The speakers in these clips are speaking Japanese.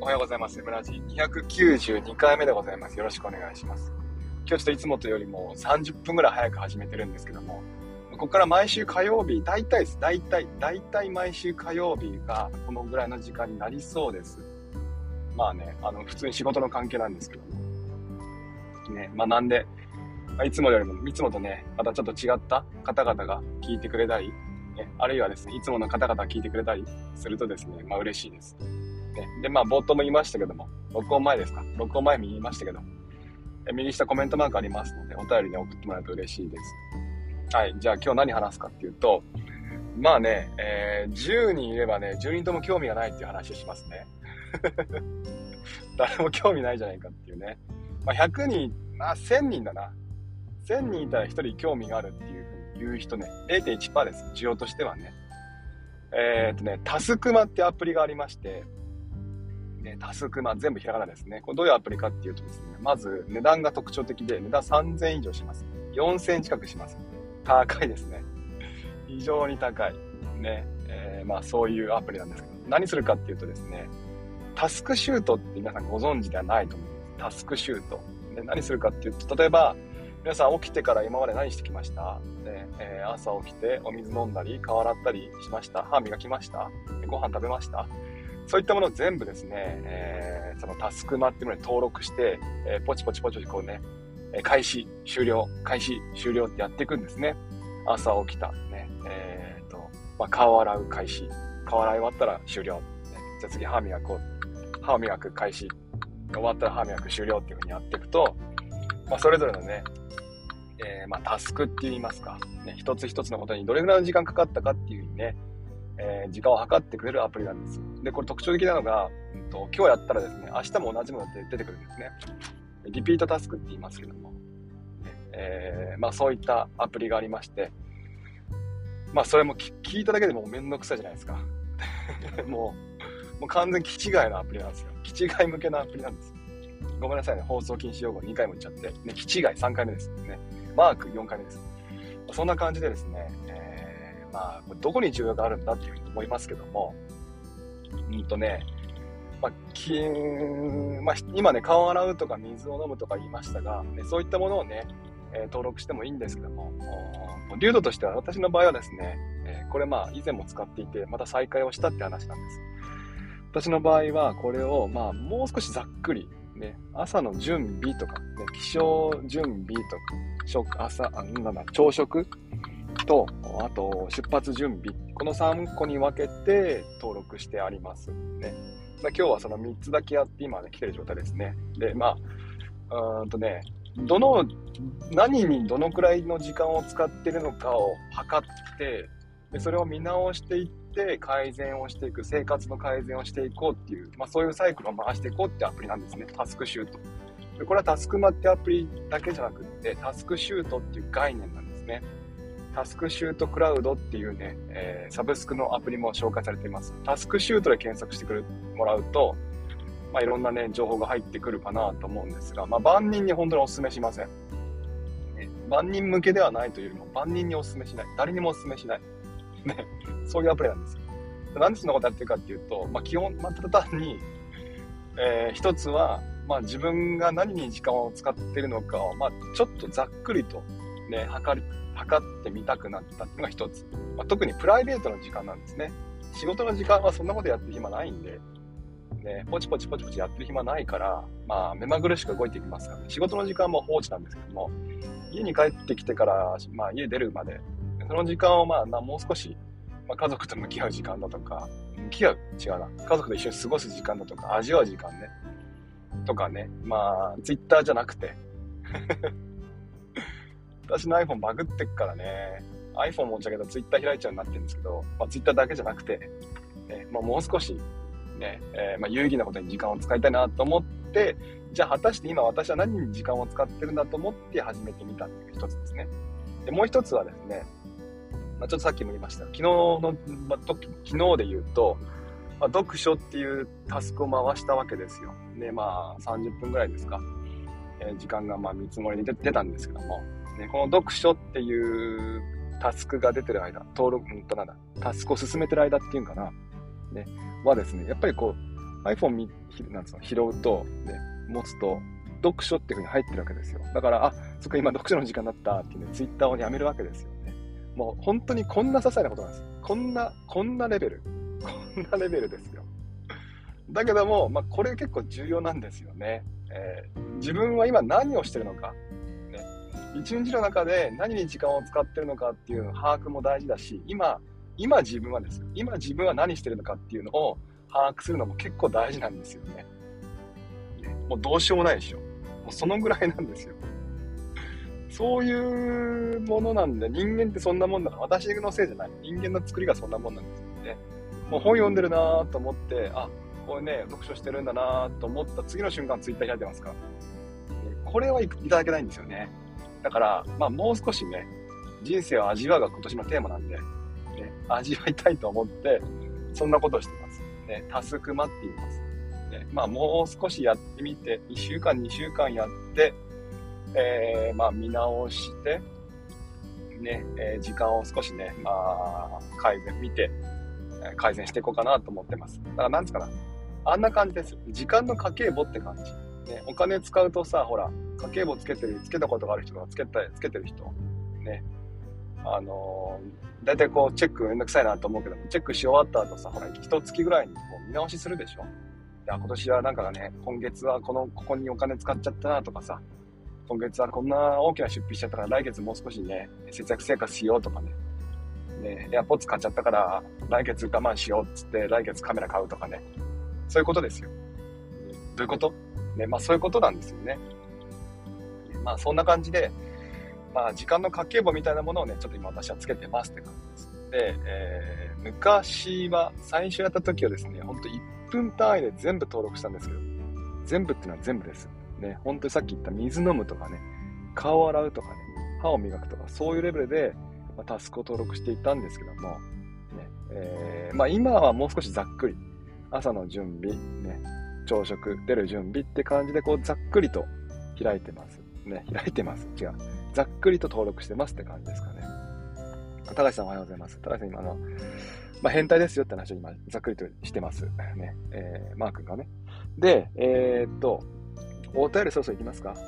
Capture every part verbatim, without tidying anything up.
おはようございます。村地にひゃくきゅうじゅうにかいめでございます。よろしくお願いします。今日ちょっといつもとよりもさんじゅっぷんぐらい早く始めてるんですけども、ここから毎週火曜日、大体です。大体、大体毎週火曜日がこのぐらいの時間になりそうです。まあね、あの、普通に仕事の関係なんですけども。ね、まあなんで、いつもよりも、いつもとね、またちょっと違った方々が聞いてくれたり、ね、あるいはですね、いつもの方々が聞いてくれたりするとですね、まあ嬉しいです。ね、で、まあ冒頭も言いましたけども、録音前ですか録音前に言いましたけど、え右下コメントマークありますので、お便りで送ってもらうと嬉しいです。はい、じゃあ今日何話すかっていうと、まあね、えー、じゅうにんいればね、じゅうにんとも興味がないっていう話をしますね。誰も興味ないじゃないかっていうね。まあひゃくにん、まあせんにんだな。せんにんいたらひとり興味があるっていうふうに言う人ね、ゼロてんいちパーセント です。需要としてはね。えー、っとね、タスクマってアプリがありまして、ね、タスクマ、全部ひらがなですね。これどういうアプリかっていうとですね、まず値段が特徴的で、値段さんぜんえん以上します。よんせんえん近くします。高いですね。非常に高い。ね。えー、まあそういうアプリなんですけど、何するかっていうとですね、タスクシュートって皆さんご存知ではないと思うんです。タスクシュート。で何するかっていうと、例えば、皆さん起きてから今まで何してきましたで、えー、朝起きてお水飲んだり、顔洗ったりしました歯磨きましたご飯食べましたそういったものを全部ですね、えー、そのタスクマっていうものに登録して、えー、ポチポチポチポチこうね、開始、終了、開始、終了ってやっていくんですね。朝起きた。ね、えーと、まあ、顔洗う開始。顔洗い終わったら終了。ね、じゃあ次歯磨こう。歯磨く開始。終わったら歯磨く終了っていう風にやっていくと、まあ、それぞれのね、えー、まあ、タスクって言いますか、ね、一つ一つのことにどれぐらいの時間かかったかっていう風にね、えー、時間を計ってくれるアプリなんです。で、これ特徴的なのが、うんと、今日やったらですね、明日も同じものって出てくるんですね。リピートタスクって言いますけども、えー、まあそういったアプリがありまして、まあそれも聞いただけでもめんどくさいじゃないですか。もう、もう完全気違いのアプリなんですよ。気違い向けのアプリなんです。ごめんなさいね、放送禁止用語にかいも言っちゃって、ね、気違いさんかいめですね。マークよんかいめです。そんな感じでですね、えー、まあどこに需要があるんだっていうふうに思いますけども、うんとね、まあきまあ、今ね、顔を洗うとか水を飲むとか言いましたが、ね、そういったものをね、えー、登録してもいいんですけども、流度としては私の場合はですね、えー、これまあ以前も使っていて、また再開をしたって話なんです。私の場合はこれをまあもう少しざっくり、ね、朝の準備とか、ね、起床準備とか、食朝あなんだ朝食と、あと出発準備、このさんこに分けて登録してありますね。まあ、今日はそのみっつだけやって今ね来てる状態ですね。で、まあうーんとね、どの何にどのくらいの時間を使ってるのかを測って、でそれを見直していって改善をしていく、生活の改善をしていこうっていう、まあそういうサイクルを回していこうってアプリなんですね。タスクシュート。でこれはタスクマってアプリだけじゃなくって、タスクシュートっていう概念なんですね。タスクシュートクラウドっていうね、えー、サブスクのアプリも紹介されています。タスクシュートで検索してくるもらうと、まあ、いろんなね、情報が入ってくるかなと思うんですが、まあ、万人に本当にお勧めしません。ね、万人向けではないというよりも、万人にお勧めしない。誰にもお勧めしない。ね、そういうアプリなんですよ。なんでそんなことやってるかっていうと、まあ、基本、まあ、ただ単に、えー、一つは、まあ、自分が何に時間を使ってるのかを、まあ、ちょっとざっくりと、ね、測り、測ってみたくなったっていうのが一つ。まあ、特にプライベートの時間なんですね。仕事の時間はそんなことやってる暇ないんで、ね、ポチポチポチポチやってる暇ないから、まあ、目まぐるしく動いていきますから、ね、仕事の時間も放置なんですけども、家に帰ってきてから、まあ、家出るまで、その時間を、まあ、もう少し、まあ、家族と向き合う時間だとか、向き合う違うな。家族と一緒に過ごす時間だとか、味わう時間ね。とかね、まあ、ツイッターじゃなくて、私の iPhone バグってっからね、iPhone 持ち上げたら Twitter 開いちゃうようになってるんですけど、まあ、Twitter だけじゃなくて、ね、まあ、もう少し、ね、えー、まあ、有意義なことに時間を使いたいなと思って、じゃあ果たして今私は何に時間を使ってるんだと思って始めてみたっていう一つですね。で、もう一つはですね、まあ、ちょっとさっきも言いました。昨日の、まあ、時、昨日で言うと、まあ、読書っていうタスクを回したわけですよ。で、まあ、さんじゅっぷんぐらいですか。えー、時間がまあ見積もりに出出たんですけども、ね、この読書っていうタスクが出てる間、登録、うんとなんだ、タスクを進めてる間っていうんかな、ね、はですね、やっぱりこう、 iPhone みなんつうの拾うと、ね、持つと、読書っていう風に入ってるわけですよ。だから、あ、そっか、今読書の時間だったっていうね、Twitter をやめるわけですよね。もう本当にこんな些細なことなんです。こんな、こんなレベル。こんなレベルですよ。だけども、まあ、これ結構重要なんですよね。えー、自分は今何をしてるのか。ね、一日の中で何に時間を使ってるのかっていうの把握も大事だし、今、今自分はですよ。今自分は何してるのかっていうのを把握するのも結構大事なんですよね。ね、もうどうしようもないでしょ。もうそのぐらいなんですよ。そういうものなんで、人間ってそんなもんだから、私のせいじゃない。人間の作りがそんなもんなんですよね。もう本読んでるなーと思って、あ、これね、読書してるんだなーと思った次の瞬間、ツイッター開いてますから。これはいただけないんですよね。だから、まあもう少しね、人生を味わうが今年のテーマなんで、ね、味わいたいと思って、そんなことをしてます。ね、タスクマって言います。ね、まあもう少しやってみて、いっしゅうかん、にしゅうかんやって、えー、まあ見直して、ね、えー、時間を少しね、まあ、改善見て、改善していこうかなと思ってます。だからなんですかな。あんな感じです。時間の家計簿って感じ。ね、お金使うとさ、ほら、家計簿つけてる、つけたことがある人がつけた、つけてる人。ね。あのー、だいたいこう、チェックめんどくさいなと思うけども、チェックし終わった後さ、ほら、一月ぐらいにこう見直しするでしょ。いや、今年はなんかね、今月はこの、ここにお金使っちゃったなとかさ、今月はこんな大きな出費しちゃったから来月もう少しね、節約生活しようとかね。ね、エアポッツ買っちゃったから来月我慢しようっつって来月カメラ買うとかね。そういうことですよ。どういうことね、まあそういうことなんですよね。まあそんな感じで、まあ時間の家計簿みたいなものをね、ちょっと今私はつけてますって感じです。で、えー、昔は最初やった時はですね、ほんといっぷん単位で全部登録したんですけど、全部っていうのは全部です。ね、本当にさっき言った水飲むとかね、顔を洗うとかね、歯を磨くとか、そういうレベルで、まあ、タスクを登録していたんですけども、ねえーまあ、今はもう少しざっくり、朝の準備、ね、朝食出る準備って感じでこうざっくりと開いてます。ね、開いてます。違う。ざっくりと登録してますって感じですかね。高橋さんおはようございます。高橋さん今あの、まあ、変態ですよって話を今ざっくりとしてます。ね、えー、マー君がね。で、えー、っと、お便りそろそろいきますか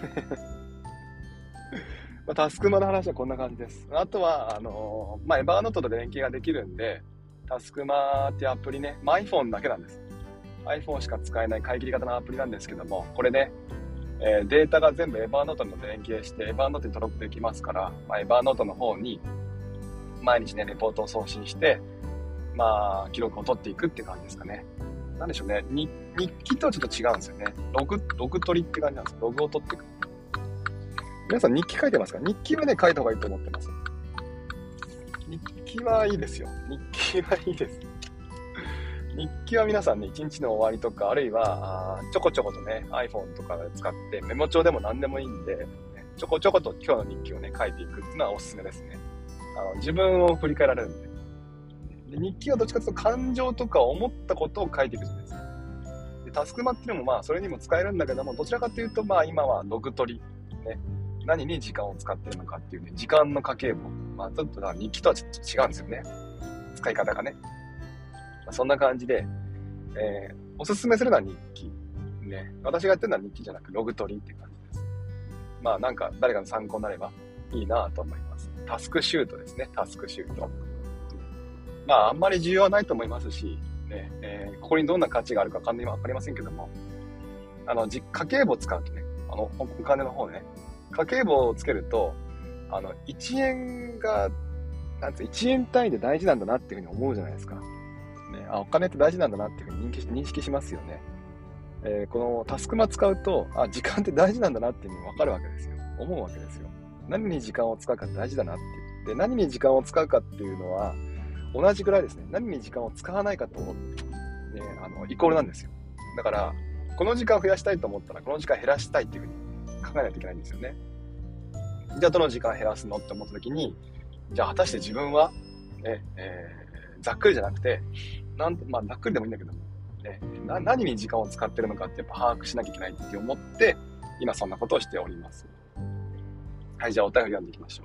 まあ、タスクマの話はこんな感じです。あとは、あのー、まあ、エバーノートと連携ができるんで、タスクマっていうアプリね、まあ、iPhone だけなんです。iPhone しか使えない買い切り型のアプリなんですけども、これね、えー、データが全部エバーノートと連携して、エバーノートに登録できますから、まあ、エバーノートの方に、毎日ね、レポートを送信して、まあ、記録を取っていくって感じですかね。なんでしょうね。日記とはちょっと違うんですよね。ログ、ログ取りって感じなんです。ログを取っていく。皆さん日記書いてますか？日記はね、書いた方がいいと思ってます。日記はいいですよ。日記はいいです。日記は皆さんね、一日の終わりとか、あるいは、ちょこちょことね、iPhone とかで使ってメモ帳でも何でもいいんで、ちょこちょこと今日の日記をね、書いていくっていうのはおすすめですね。あの、自分を振り返られるんで。で日記はどっちかというと感情とか思ったことを書いていくじゃないですか。でタスクマっていうのもまあそれにも使えるんだけども、どちらかというとまあ今はログ取り、ね、何に時間を使ってるのかっていうね、時間の家計簿。まあちょっと日記とはちょっと違うんですよね。使い方がね。まあ、そんな感じで、えー、おすすめするのは日記。ね、私がやってるのは日記じゃなくログ取りって感じです。まあなんか誰かの参考になればいいなと思います。タスクシュートですね、タスクシュート。まあ、あんまり重要はないと思いますし、ねえー、ここにどんな価値があるかわかりませんけども、あの、家計簿を使うとね、あの、お金の方ね、家計簿をつけると、あの、いちえんが、なんつう、いちえん単位で大事なんだなっていうふうに思うじゃないですか。ね、あ、お金って大事なんだなっていうふうに認識認識しますよね。えー、このタスクマ使うと、あ、時間って大事なんだなっていうふうにわかるわけですよ。思うわけですよ。何に時間を使うか大事だなっていう。で、何に時間を使うかっていうのは、同じぐらいですね、何に時間を使わないかと、ね、あの、イコールなんですよ。だから、この時間を増やしたいと思ったら、この時間減らしたいっていうふうに考えないといけないんですよね。じゃあ、どの時間減らすのって思った時に、じゃあ、果たして自分は、ね、えー、ざっくりじゃなくて、なんまあ、ざっくりでもいいんだけども、ね、な何に時間を使ってるのかってやっぱ把握しなきゃいけないって思って、今そんなことをしております。はい、じゃあ、お便り読んでいきましょう。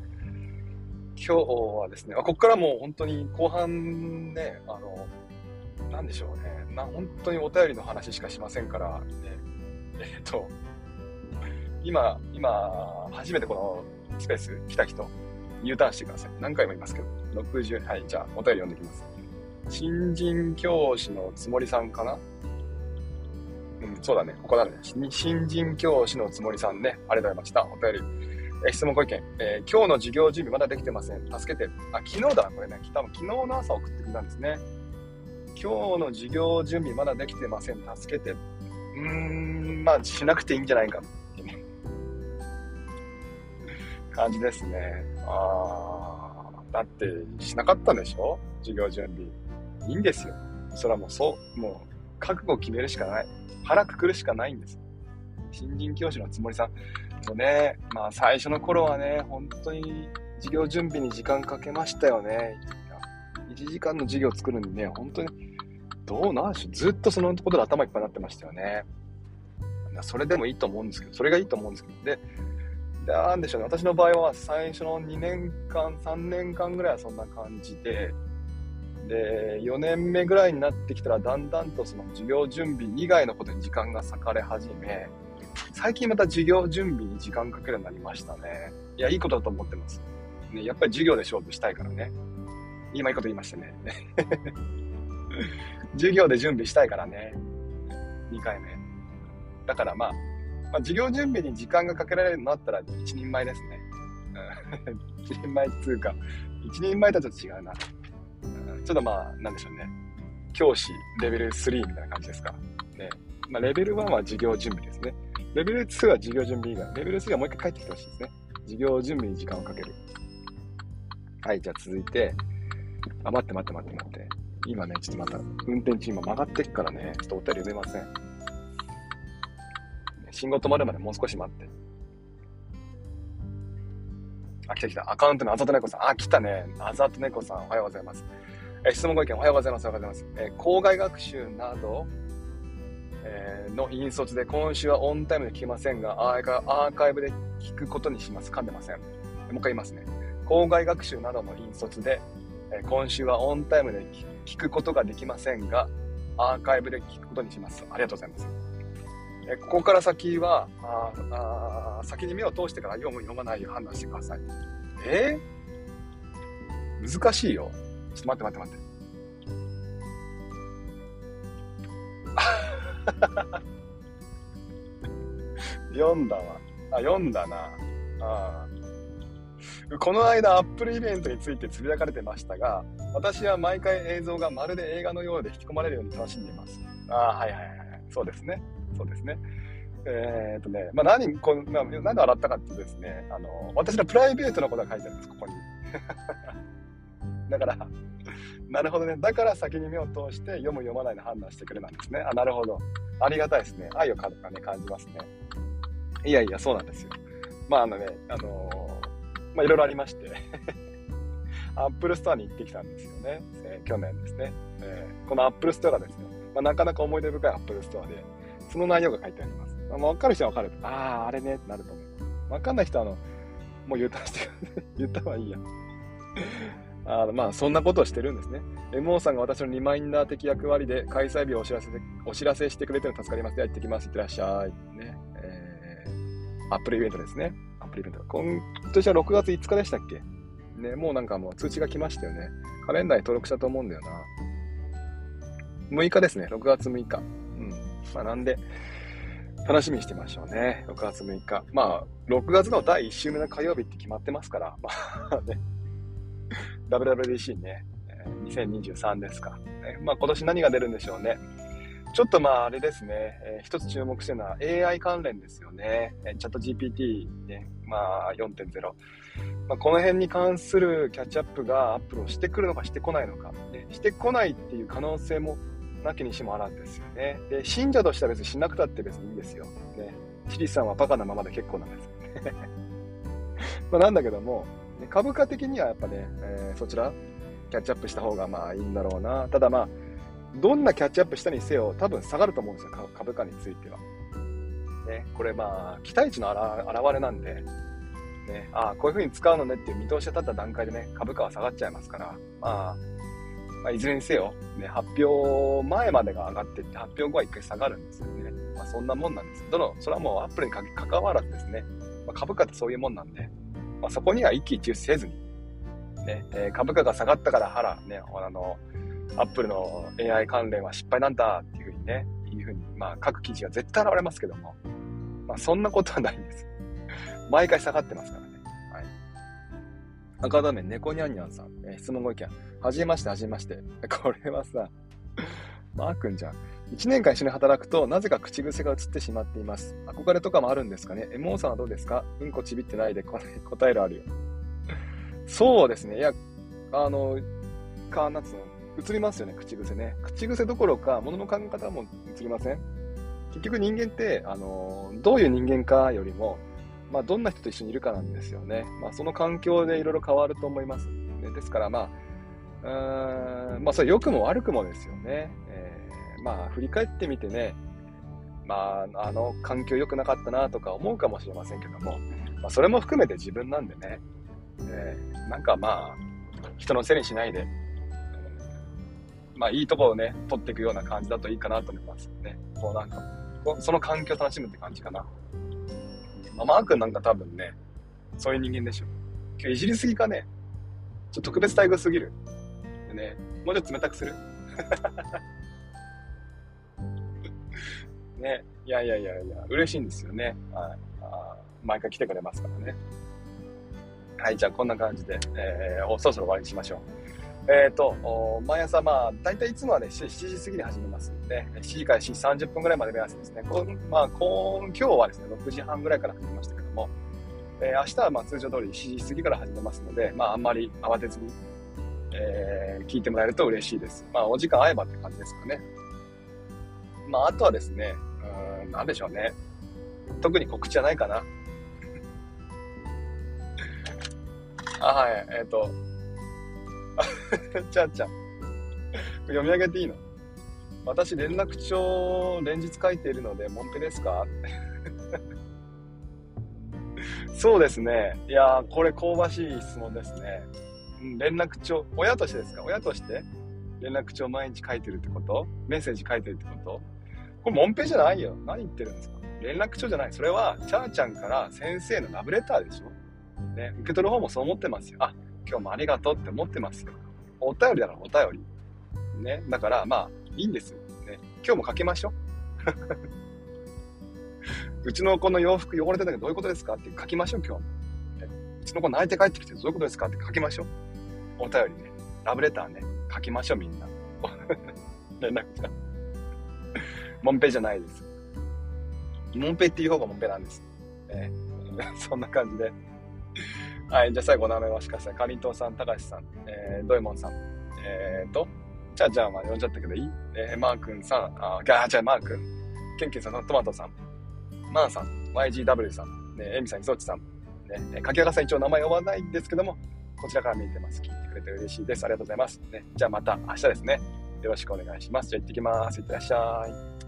今日はですね、ここからもう本当に後半ね、あの、 なんでしょうね。な、本当にお便りの話しかしませんから、ね、えっと、今、今、初めてこのスペース来た人、U ターンしてください。何回も言いますけど。ろくじゅう、はい、じゃあ、お便り読んできます。新人教師のつもりさんかな。うん、そうだね。ここだね。新人教師のつもりさんね。ありがとうございました。お便り。え質問ご意見、えー。今日の授業準備まだできてません。助けて。あ、昨日だな、これね。多分昨日の朝送ってきたんですね。今日の授業準備まだできてません。助けて。うーん、まあ、しなくていいんじゃないかっていう感じですね。あー、だって、しなかったんでしょ授業準備。いいんですよ。それはもうそう、もう、覚悟を決めるしかない。腹くくるしかないんです。新人教師のつもりさん。もうね、まあ最初の頃はね、本当に授業準備に時間かけましたよね。いちじかんの授業を作るのにね、本当に、どうなんでしょう。ずっとそのことで頭いっぱいになってましたよね。それでもいいと思うんですけど、それがいいと思うんですけど。で、なんでしょうね。私の場合は最初のにねんかん、さんねんかんぐらいはそんな感じで、で、よねんめぐらいになってきたら、だんだんとその授業準備以外のことに時間が割かれ始め、最近また授業準備に時間かけるようになりましたね。いや、いいことだと思ってます。ね、やっぱり授業で勝負したいからね。今いいこと言いましたね。授業で準備したいからね。にかいめ。だからまあ、まあ、授業準備に時間がかけられるようになったら一人前ですね。一人前っつうか、一人前とはちょっと違うな。ちょっとまあ、なんでしょうね。教師レベルスリーみたいな感じですか。ね。まあ、レベルワンは授業準備ですね。レベルツーは授業準備以外。レベルスリーはもう一回帰ってきてほしいですね。授業準備に時間をかける。はい、じゃあ続いて。あ、待って待って待って待って。今ね、ちょっとまた、運転中今曲がってっからね、ちょっとお便り読めません。信号止まるまでもう少し待って。あ、来た来た。アカウントのあざと猫さん。あ、来たね。あざと猫さん。おはようございます。え質問ご意見おはようございます。おはようございます。え校外学習など、えー、の引率で今週はオンタイムで聞けませんが、アーカイブで聞くことにします。噛んでません。もう一回言いますね。校外学習などの引率で、えー、今週はオンタイムで聞くことができませんが、アーカイブで聞くことにします。ありがとうございます。えー、ここから先はああ、先に目を通してから読む読まないを判断してください。えー、難しいよ。ちょっと待って待って待って。読んだわ。あ、読んだな。あこの間、アップルイベントについてつぶやかれてましたが、私は毎回映像がまるで映画のようで引き込まれるように楽しんでいます。あはいはいはい。そうですね。そうですね。えー、っとね、まあ何、こう、まあ、何で笑ったかっていうとですね、あの、私のプライベートのことが書いてあるんです、ここに。だから、なるほどね。だから先に目を通して読む読まないの判断してくれなんですね。あ、なるほど。ありがたいですね。愛をか、ね、感じますね。いやいや、そうなんですよ。まああのね、あのー、まあいろいろありまして、アップルストアに行ってきたんですよね。えー、去年ですね。えー、このアップルストアがですね、まあ、なかなか思い出深いアップルストアで、その内容が書いてあります。まあ、分かる人は分かる。ああ、あれねってなると思います。分かんない人は、あの、もう言ったして言った方がいいや。あまあ、そんなことをしてるんですね。エムオー さんが私のリマインダー的役割で開催日をお知らせでお知らせしてくれてるの助かります。では行ってきます。いってらっしゃい。ね。えー、アップルイベントですね。アップルイベント。今年はろくがついつかでしたっけね、もうなんかもう通知が来ましたよね。カレンダーに登録したと思うんだよな。むいかですね。ろくがつむいか。うん。まあなんで、楽しみにしてみましょうね。ろくがつむいか。まあ、ろくがつのだいいっ週目の火曜日って決まってますから。まあね。ダブリューダブリューディーシー ね。にせんにじゅうさんですか。まあ今年何が出るんでしょうね。ちょっとまああれですね。えー、一つ注目してるのは エーアイ 関連ですよね。チャット ジーピーティー ね。まあ よんてんゼロ。まあ、この辺に関するキャッチアップがアップルをしてくるのかしてこないのか、ね、してこないっていう可能性もなきにしもあらんですよね。で、信者としては別にしなくたって別にいいんですよ。ね。チリさんはバカなままで結構なんです。まあなんだけども、株価的にはやっぱね、えー、そちらキャッチアップした方がまあいいんだろうな。ただまあ、どんなキャッチアップしたにせよ多分下がると思うんですよ、株価については。ね、これまあ、期待値の表れなんで、ね、ああ、こういう風に使うのねっていう見通しが立った段階でね、株価は下がっちゃいますから、まあ、 まあ、いずれにせよ、ね、発表前までが上がっていって、発表後は一回下がるんですよね。まあ、そんなもんなんです。どの、それはもうアップルにか関わらずですね、まあ、株価ってそういうもんなんで、まあ、そこには一喜一憂せずに、ね、えー、株価が下がったからはら、ね、あの、アップルの エーアイ 関連は失敗なんだっていうふうにね、いうふうに、まあ、書く記事が絶対現れますけども、まあ、そんなことはないんです。毎回下がってますからね。はい。赤ダメ、猫ニャンニャンさん、えー、質問ご意見。はじめまして、はじめまして。これはさ、マー君じゃん。いちねんかん一緒に働くと、なぜか口癖が移ってしまっています。憧れとかもあるんですかね。エモーさんはどうですか？うんこちびってないで答えるあるよ。そうですね。いや、あの、か、なんつうの、移りますよね、口癖ね。口癖どころか、物の考え方も移りません？結局人間って、あの、どういう人間かよりも、まあ、どんな人と一緒にいるかなんですよね。まあ、その環境でいろいろ変わると思います。ね、ですから、まあ、うーん、まあ、それ良くも悪くもですよね。えー、まあ、振り返ってみてね、まあ、あの環境良くなかったなとか思うかもしれませんけども、まあ、それも含めて自分なんでね、えー、なんかまあ、人のせいにしないで、まあ、いいところをね、取っていくような感じだといいかなと思いますね。こうなんか、その環境を楽しむって感じかな。まあ、マー君なんか多分ね、そういう人間でしょ。今日いじりすぎかね。ちょっと特別待遇すぎる。でね、もうちょっと冷たくするね、いやいやいやいや、嬉しいんですよね。はい。あ、毎回来てくれますからね。はい、じゃあこんな感じで、えー、おそろそろ終わりにしましょう。えっ、ー、と、毎朝まあ、だいたいいつもはね、しちじ過ぎに始めますんで、しちじからしちじさんじゅっぷんぐらいまで目安ですね。こんまあ、今今日はですね、ろくじはんぐらいから始めましたけども、えー、明日はまあ通常通りしちじ過ぎから始めますので、まあ、あんまり慌てずに、えー、聞いてもらえると嬉しいです。まあ、お時間合えばって感じですかね。まあ、あとはですね、うーん、なんでしょうね。特に告知はないかな。あ、はい、えっ、ー、と、ちゃんちゃん。読み上げていいの？私、連絡帳連日書いているので、モンペですか？そうですね。いやー、これ香ばしい質問ですね。うん、連絡帳、親としてですか？親として連絡帳毎日書いてるってこと？メッセージ書いてるってこと？これモンペじゃないよ。何言ってるんですか？連絡帳じゃない。それは、チャーちゃんから先生のラブレターでしょ？ね、受け取る方もそう思ってますよ。あ、今日もありがとうって思ってますよ。お便りだからお便り。ね。だから、まあ、いいんですよ。ね。今日もかけましょう。うちの子の洋服汚れてたけどどういうことですかって書きましょう、今日も。ね、うちの子泣いて帰ってきてどういうことですかって書きましょう。お便りね。ラブレターね。書きましょう、みんな。連絡ちゃん。モンペじゃないです。モンペっていう方がモンペなんです。ね、そんな感じで。はい、じゃあ最後お名前はしかさん、かりんとうさん、たかしさん、えー、ドエモンさん、えーと、ちゃーちゃんは呼んじゃったけどいい？えー、マー君さん、あ、じゃあマー君、ケンケンさん、トマトさん、マーさん、ワイジーダブリュー さん、ね、エミさん、イソッチさん、ね、かけあかさん一応名前呼ばないんですけども、こちらから見てます。聞いてくれて嬉しいです。ありがとうございます。ね、じゃあまた明日ですね。よろしくお願いします。じゃあ行ってきます。いってらっしゃい。